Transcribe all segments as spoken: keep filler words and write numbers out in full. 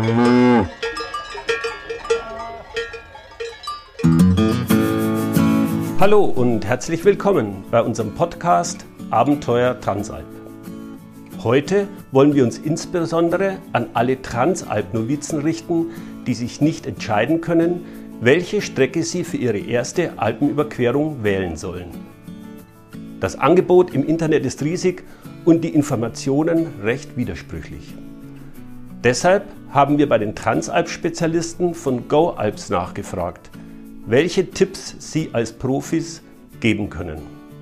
Hallo und herzlich willkommen bei unserem Podcast Abenteuer Transalp. Heute wollen wir uns insbesondere an alle Transalp-Novizen richten, die sich nicht entscheiden können, welche Strecke sie für ihre erste Alpenüberquerung wählen sollen. Das Angebot im Internet ist riesig und die Informationen recht widersprüchlich. Deshalb haben wir bei den Transalp-Spezialisten von GoAlps nachgefragt, welche Tipps sie als Profis geben können.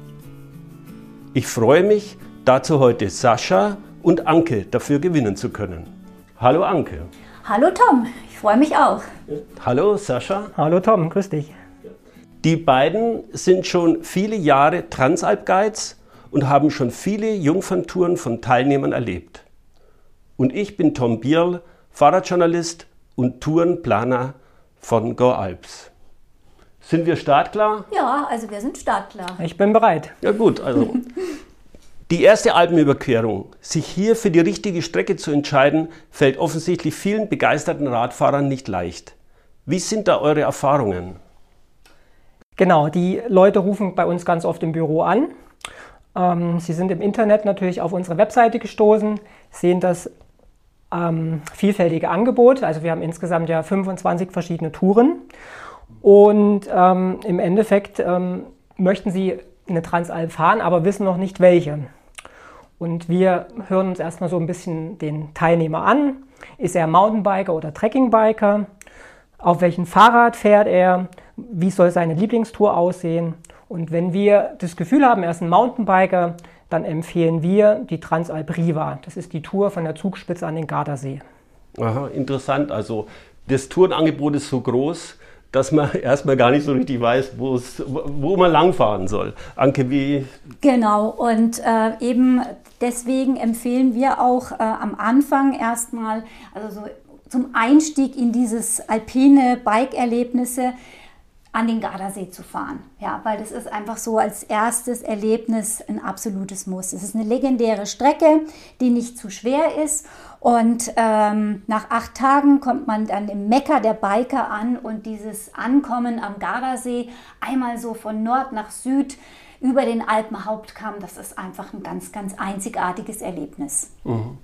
Ich freue mich, dazu heute Sascha und Anke dafür gewinnen zu können. Hallo Anke. Hallo Tom, ich freue mich auch. Hallo Sascha. Hallo Tom, grüß dich. Die beiden sind schon viele Jahre Transalp-Guides und haben schon viele Jungferntouren von Teilnehmern erlebt. Und ich bin Tom Bierl, Fahrradjournalist und Tourenplaner von GoAlps. Sind wir startklar? Ja, also wir sind startklar. Ich bin bereit. Ja gut, also die erste Alpenüberquerung, sich hier für die richtige Strecke zu entscheiden, fällt offensichtlich vielen begeisterten Radfahrern nicht leicht. Wie sind da eure Erfahrungen? Genau, die Leute rufen bei uns ganz oft im Büro an. Ähm, sie sind im Internet natürlich auf unsere Webseite gestoßen, sehen das ähm, vielfältige Angebot. Also wir haben insgesamt ja fünfundzwanzig verschiedene Touren. Und ähm, im Endeffekt ähm, möchten sie eine Transalp fahren, aber wissen noch nicht welche. Und wir hören uns erstmal so ein bisschen den Teilnehmer an. Ist er Mountainbiker oder Trekkingbiker? Auf welchem Fahrrad fährt er? Wie soll seine Lieblingstour aussehen? Und wenn wir das Gefühl haben, er ist ein Mountainbiker, dann empfehlen wir die Transalp Riva. Das ist die Tour von der Zugspitze an den Gardasee. Aha, interessant. Also das Tourenangebot ist so groß, dass man erstmal gar nicht so richtig weiß, wo man langfahren soll. Anke, wie? Genau, und äh, eben deswegen empfehlen wir auch äh, am Anfang erstmal, also so zum Einstieg in dieses alpine Bike-Erlebnisse, an den Gardasee zu fahren. Ja, weil das ist einfach so als erstes Erlebnis ein absolutes Muss. Es ist eine legendäre Strecke, die nicht zu schwer ist. Und ähm, nach acht Tagen kommt man dann im Mekka der Biker an und dieses Ankommen am Gardasee, einmal so von Nord nach Süd über den Alpenhauptkamm, das ist einfach ein ganz, ganz einzigartiges Erlebnis. Mhm.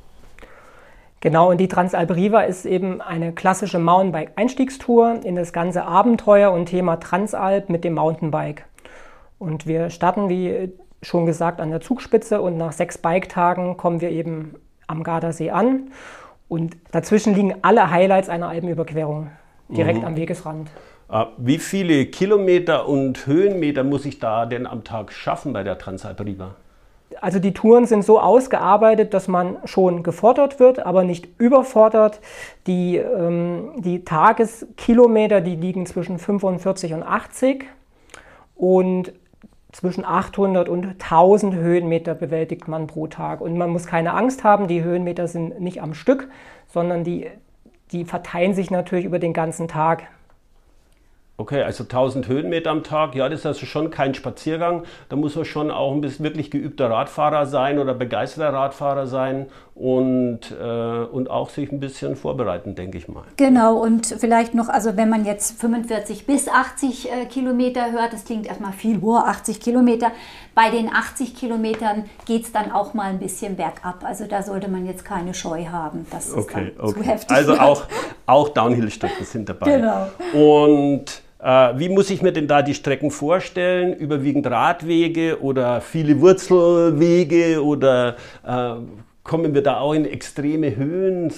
Genau, und die Transalp Riva ist eben eine klassische Mountainbike-Einstiegstour in das ganze Abenteuer und Thema Transalp mit dem Mountainbike. Und wir starten, wie schon gesagt, an der Zugspitze und nach sechs Biketagen kommen wir eben am Gardasee an. Und dazwischen liegen alle Highlights einer Alpenüberquerung direkt mhm. am Wegesrand. Wie viele Kilometer und Höhenmeter muss ich da denn am Tag schaffen bei der Transalp Riva? Also die Touren sind so ausgearbeitet, dass man schon gefordert wird, aber nicht überfordert. Die, ähm, die Tageskilometer, die liegen zwischen fünfundvierzig und achtzig und zwischen achthundert und tausend Höhenmeter bewältigt man pro Tag. Und man muss keine Angst haben, die Höhenmeter sind nicht am Stück, sondern die, die verteilen sich natürlich über den ganzen Tag. Okay, also tausend Höhenmeter am Tag, ja, das ist also schon kein Spaziergang. Da muss man schon auch ein bisschen wirklich geübter Radfahrer sein oder begeisterter Radfahrer sein und, äh, und auch sich ein bisschen vorbereiten, denke ich mal. Genau, und vielleicht noch, also wenn man jetzt fünfundvierzig bis achtzig äh, Kilometer hört, das klingt erstmal viel, boah, achtzig Kilometer. Bei den achtzig Kilometern geht es dann auch mal ein bisschen bergab. Also da sollte man jetzt keine Scheu haben, dass es okay, dann okay. zu heftig Also wird. auch, auch Downhill-Strecken sind dabei. Genau. Und Äh, wie muss ich mir denn da die Strecken vorstellen? Überwiegend Radwege oder viele Wurzelwege oder äh, kommen wir da auch in extreme Höhen?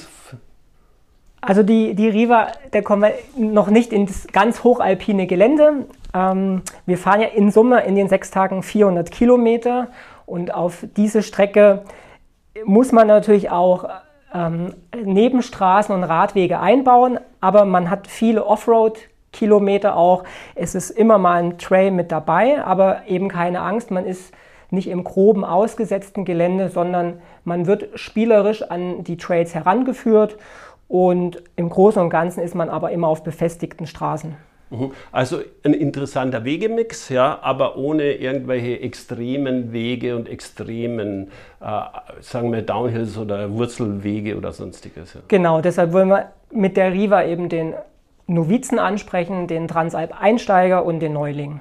Also die, die Riva, da kommen wir noch nicht ins ganz hochalpine Gelände. Ähm, wir fahren ja in Summe in den sechs Tagen vierhundert Kilometer und auf diese Strecke muss man natürlich auch ähm, Nebenstraßen und Radwege einbauen, aber man hat viele Offroad Kilometer auch. Es ist immer mal ein Trail mit dabei, aber eben keine Angst, man ist nicht im groben ausgesetzten Gelände, sondern man wird spielerisch an die Trails herangeführt und im Großen und Ganzen ist man aber immer auf befestigten Straßen. Also ein interessanter Wegemix, ja, aber ohne irgendwelche extremen Wege und extremen, äh, sagen wir, Downhills oder Wurzelwege oder sonstiges. Ja. Genau, deshalb wollen wir mit der Riva eben den Novizen ansprechen, den Transalp-Einsteiger und den Neuling.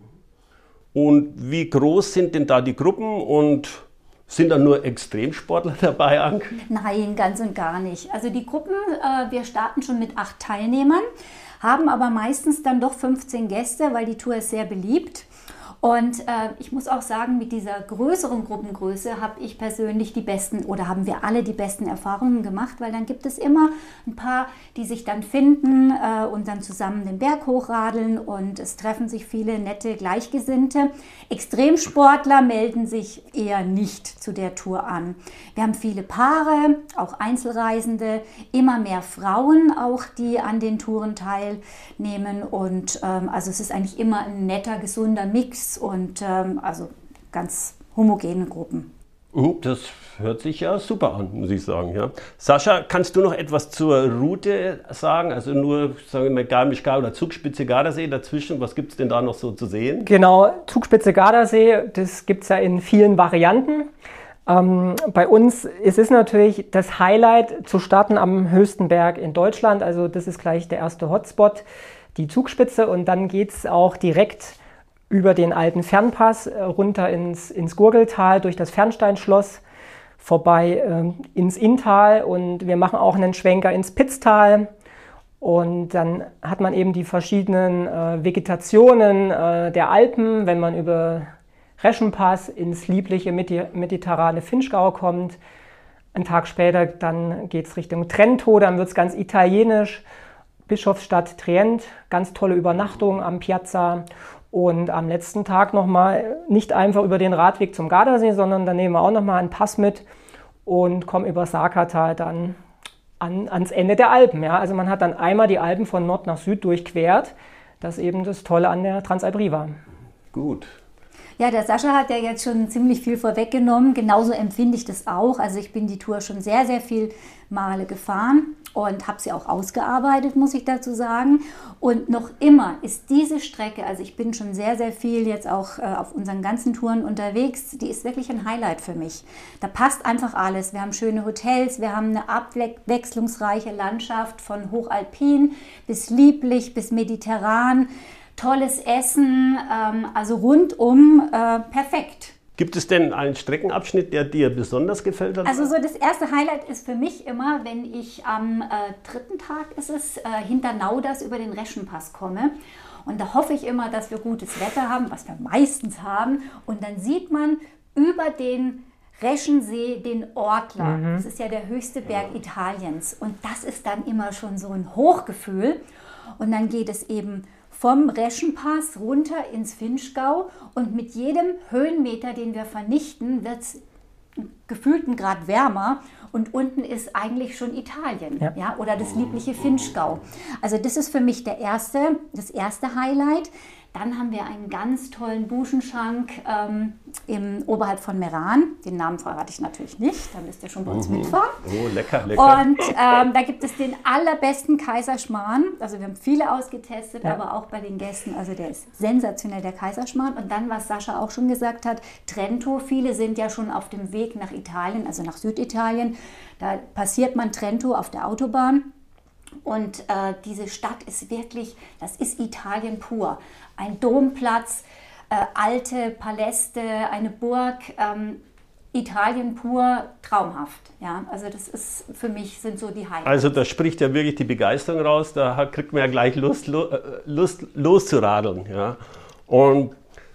Und wie groß sind denn da die Gruppen und sind da nur Extremsportler dabei, Anke? Nein, ganz und gar nicht. Also die Gruppen, äh, wir starten schon mit acht Teilnehmern, haben aber meistens dann doch fünfzehn Gäste, weil die Tour ist sehr beliebt. Und äh, ich muss auch sagen, mit dieser größeren Gruppengröße habe ich persönlich die besten oder haben wir alle die besten Erfahrungen gemacht, weil dann gibt es immer ein paar, die sich dann finden äh, und dann zusammen den Berg hochradeln und es treffen sich viele nette Gleichgesinnte. Extremsportler melden sich eher nicht zu der Tour an. Wir haben viele Paare, auch Einzelreisende, immer mehr Frauen auch, die an den Touren teilnehmen und ähm, also es ist eigentlich immer ein netter, gesunder Mix. Und ähm, also ganz homogene Gruppen. Das hört sich ja super an, muss ich sagen. Ja. Sascha, kannst du noch etwas zur Route sagen? Also nur, sagen wir, Garmisch-Gardasee oder Zugspitze-Gardasee dazwischen. Was gibt es denn da noch so zu sehen? Genau, Zugspitze-Gardasee, das gibt es ja in vielen Varianten. Ähm, bei uns ist es natürlich das Highlight zu starten am höchsten Berg in Deutschland. Also das ist gleich der erste Hotspot, die Zugspitze. Und dann geht es auch direkt über den alten Fernpass äh, runter ins, ins Gurgeltal, durch das Fernsteinschloss, vorbei äh, ins Inntal und wir machen auch einen Schwenker ins Pitztal. Und dann hat man eben die verschiedenen äh, Vegetationen äh, der Alpen, wenn man über Reschenpass ins liebliche mediterrane Vinschgau kommt. Einen Tag später dann geht es Richtung Trento, dann wird es ganz italienisch. Bischofsstadt Trient, ganz tolle Übernachtung am Piazza. Und am letzten Tag nochmal nicht einfach über den Radweg zum Gardasee, sondern dann nehmen wir auch nochmal einen Pass mit und kommen über Sarkatal dann an, ans Ende der Alpen. Ja? Also man hat dann einmal die Alpen von Nord nach Süd durchquert. Das ist eben das Tolle an der Transalp Riva. Gut. Ja, der Sascha hat ja jetzt schon ziemlich viel vorweggenommen. Genauso empfinde ich das auch. Also ich bin die Tour schon sehr, sehr viel Male gefahren und habe sie auch ausgearbeitet, muss ich dazu sagen. Und noch immer ist diese Strecke, also ich bin schon sehr, sehr viel jetzt auch äh, auf unseren ganzen Touren unterwegs, die ist wirklich ein Highlight für mich. Da passt einfach alles. Wir haben schöne Hotels, wir haben eine abwechslungsreiche Landschaft von hochalpin bis lieblich bis mediterran. Tolles Essen, ähm, also rundum äh, perfekt. Gibt es denn einen Streckenabschnitt, der dir besonders gefällt hat? Also so das erste Highlight ist für mich immer, wenn ich am äh, dritten Tag ist es, äh, hinter Nauders über den Reschenpass komme. Und da hoffe ich immer, dass wir gutes Wetter haben, was wir meistens haben. Und dann sieht man über den Reschensee den Ortler. Mhm. Das ist ja der höchste Berg ja. Italiens. Und das ist dann immer schon so ein Hochgefühl. Und dann geht es eben vom Reschenpass runter ins Vinschgau und mit jedem Höhenmeter, den wir vernichten, wird es gefühlt ein Grad wärmer und unten ist eigentlich schon Italien, ja. Ja, oder das liebliche Vinschgau. Also das ist für mich der erste, das erste Highlight. Dann haben wir einen ganz tollen Buschenschank ähm, im, oberhalb von Meran. Den Namen verrate ich natürlich nicht, da müsst ihr schon bei uns mhm. mitfahren. Oh, lecker, lecker. Und ähm, da gibt es den allerbesten Kaiserschmarrn. Also wir haben viele ausgetestet, ja. aber auch bei den Gästen. Also der ist sensationell, der Kaiserschmarrn. Und dann, was Sascha auch schon gesagt hat, Trento. Viele sind ja schon auf dem Weg nach Italien, also nach Süditalien. Da passiert man Trento auf der Autobahn. Und äh, diese Stadt ist wirklich, das ist Italien pur. Ein Domplatz, äh, alte Paläste, eine Burg, ähm, Italien pur, traumhaft. Ja, also das ist für mich sind so die Highlights. Also da spricht ja wirklich die Begeisterung raus, da kriegt man ja gleich Lust, Lust loszuradeln. Ja. Und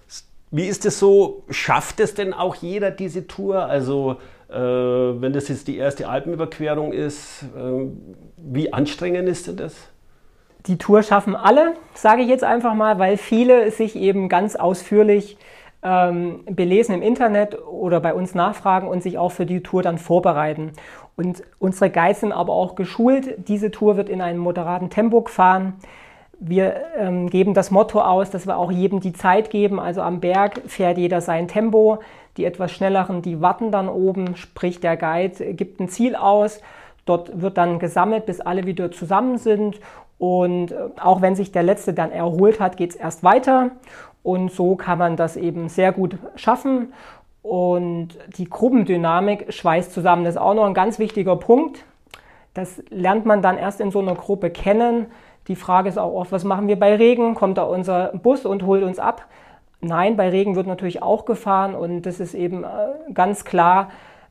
wie ist es so, schafft es denn auch jeder diese Tour? Also äh, wenn das jetzt die erste Alpenüberquerung ist, äh, wie anstrengend ist denn das? Die Tour schaffen alle, sage ich jetzt einfach mal, weil viele sich eben ganz ausführlich ähm, belesen im Internet oder bei uns nachfragen und sich auch für die Tour dann vorbereiten. Und unsere Guides sind aber auch geschult. Diese Tour wird in einem moderaten Tempo gefahren. Wir ähm, geben das Motto aus, dass wir auch jedem die Zeit geben. Also am Berg fährt jeder sein Tempo. Die etwas schnelleren, die warten dann oben, sprich der Guide gibt ein Ziel aus. Dort wird dann gesammelt, bis alle wieder zusammen sind Und auch wenn sich der letzte dann erholt hat, geht es erst weiter. Und so kann man das eben sehr gut schaffen. Und die Gruppendynamik schweißt zusammen. Das ist auch noch ein ganz wichtiger Punkt. Das lernt man dann erst in so einer Gruppe kennen. Die Frage ist auch oft, was machen wir bei Regen? Kommt da unser Bus und holt uns ab? Nein, bei Regen wird natürlich auch gefahren. Und das ist eben ganz klar,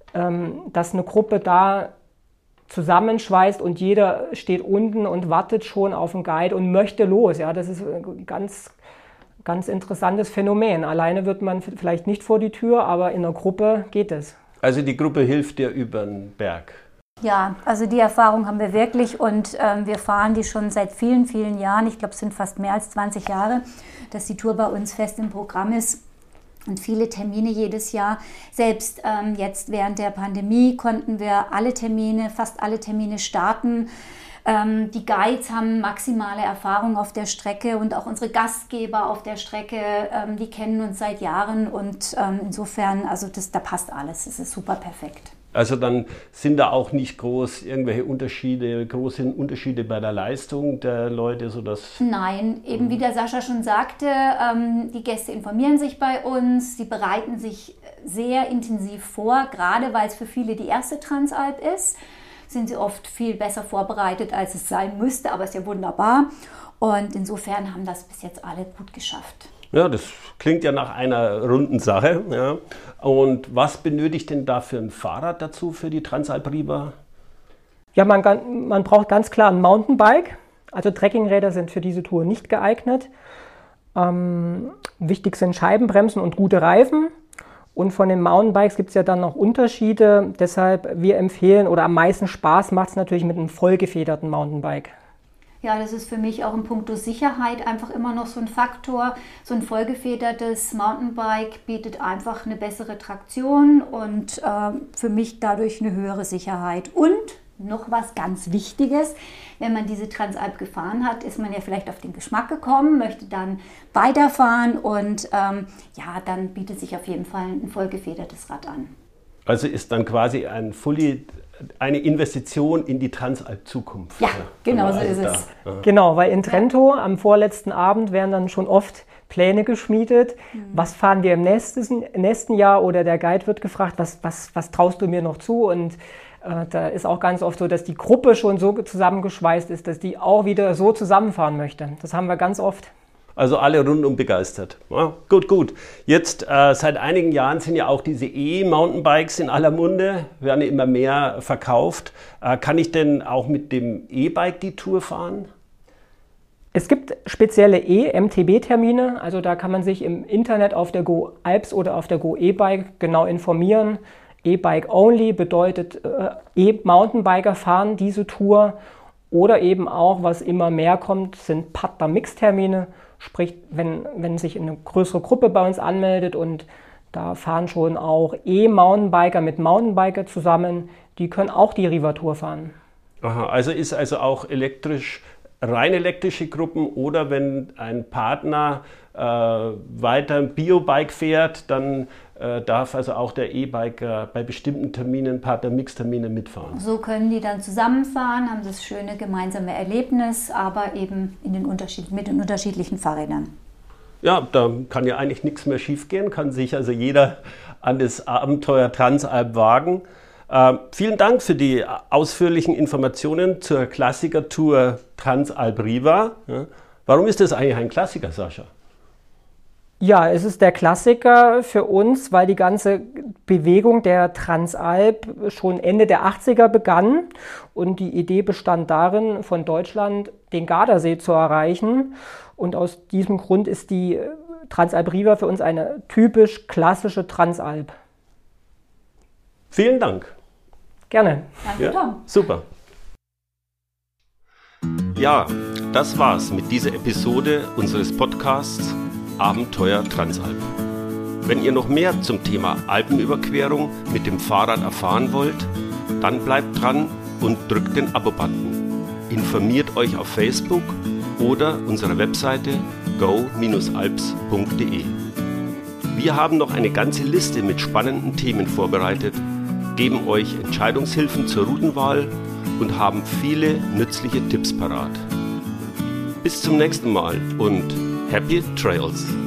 dass eine Gruppe da zusammenschweißt und jeder steht unten und wartet schon auf einen Guide und möchte los. Ja, das ist ein ganz, ganz interessantes Phänomen. Alleine wird man vielleicht nicht vor die Tür, aber in einer Gruppe geht es. Also die Gruppe hilft dir über den Berg. Ja, also die Erfahrung haben wir wirklich und ähm, wir fahren die schon seit vielen, vielen Jahren. Ich glaube, es sind fast mehr als zwanzig Jahre, dass die Tour bei uns fest im Programm ist. Und viele Termine jedes Jahr. Selbst ähm, jetzt während der Pandemie konnten wir alle Termine, fast alle Termine starten. Ähm, die Guides haben maximale Erfahrung auf der Strecke und auch unsere Gastgeber auf der Strecke, ähm, die kennen uns seit Jahren und ähm, insofern, also das, da passt alles, es ist super perfekt. Also dann sind da auch nicht groß irgendwelche Unterschiede, große Unterschiede bei der Leistung der Leute, sodass... Nein, eben wie der Sascha schon sagte, ähm, die Gäste informieren sich bei uns, sie bereiten sich sehr intensiv vor, gerade weil es für viele die erste Transalp ist, sind sie oft viel besser vorbereitet, als es sein müsste, aber ist ja wunderbar und insofern haben das bis jetzt alle gut geschafft. Ja, das klingt ja nach einer runden Sache. Ja. Und was benötigt denn da für ein Fahrrad dazu für die Transalp Riva? Ja, man, man braucht ganz klar ein Mountainbike. Also Trekkingräder sind für diese Tour nicht geeignet. Ähm, wichtig sind Scheibenbremsen und gute Reifen. Und von den Mountainbikes gibt es ja dann noch Unterschiede. Deshalb wir empfehlen oder am meisten Spaß macht es natürlich mit einem vollgefederten Mountainbike. Ja, das ist für mich auch in puncto Sicherheit einfach immer noch so ein Faktor. So ein vollgefedertes Mountainbike bietet einfach eine bessere Traktion und äh, für mich dadurch eine höhere Sicherheit. Und noch was ganz Wichtiges, wenn man diese Transalp gefahren hat, ist man ja vielleicht auf den Geschmack gekommen, möchte dann weiterfahren und ähm, ja, dann bietet sich auf jeden Fall ein vollgefedertes Rad an. Also ist dann quasi ein fully eine Investition in die Transalp-Zukunft. Ja, genau so also ist es. Da, ja. Genau, weil in Trento am vorletzten Abend werden dann schon oft Pläne geschmiedet. Mhm. Was fahren wir im nächsten, nächsten Jahr? Oder der Guide wird gefragt, was, was, was traust du mir noch zu? Und äh, da ist auch ganz oft so, dass die Gruppe schon so zusammengeschweißt ist, dass die auch wieder so zusammenfahren möchte. Das haben wir ganz oft. Also alle rundum begeistert. Ja, gut, gut. Jetzt äh, seit einigen Jahren sind ja auch diese E-Mountainbikes in aller Munde, werden immer mehr verkauft. Äh, kann ich denn auch mit dem E-Bike die Tour fahren? Es gibt spezielle E-M T B-Termine, also da kann man sich im Internet auf der Go Alps oder auf der Go E-Bike genau informieren. E-Bike only bedeutet äh, E-Mountainbiker fahren diese Tour oder eben auch, was immer mehr kommt, sind Partner-Mix-Termine. Sprich, wenn, wenn sich eine größere Gruppe bei uns anmeldet und da fahren schon auch E-Mountainbiker mit Mountainbiker zusammen, die können auch die Riva-Tour fahren. Aha, also ist also auch elektrisch, rein elektrische Gruppen oder wenn ein Partner äh, weiter ein Biobike fährt, dann äh, darf also auch der E-Biker bei bestimmten Terminen, Partner-Mix-Termine mitfahren. So können die dann zusammenfahren, haben das schöne gemeinsame Erlebnis, aber eben in den Unterschied, mit den unterschiedlichen Fahrrädern. Ja, da kann ja eigentlich nichts mehr schief gehen, kann sich also jeder an das Abenteuer Transalp wagen. Äh, vielen Dank für die ausführlichen Informationen zur Klassiker-Tour Transalp Riva. Ja, warum ist das eigentlich ein Klassiker, Sascha? Ja, es ist der Klassiker für uns, weil die ganze Bewegung der Transalp schon Ende der achtziger begann und die Idee bestand darin, von Deutschland den Gardasee zu erreichen. Und aus diesem Grund ist die Transalp Riva für uns eine typisch klassische Transalp. Vielen Dank. Gerne. Danke, ja, Tom. Super. Ja, das war's mit dieser Episode unseres Podcasts Abenteuer Transalp. Wenn ihr noch mehr zum Thema Alpenüberquerung mit dem Fahrrad erfahren wollt, dann bleibt dran und drückt den Abo-Button. Informiert euch auf Facebook oder unserer Webseite go Bindestrich alps punkt de. Wir haben noch eine ganze Liste mit spannenden Themen vorbereitet, geben euch Entscheidungshilfen zur Routenwahl und haben viele nützliche Tipps parat. Bis zum nächsten Mal und Happy Trails!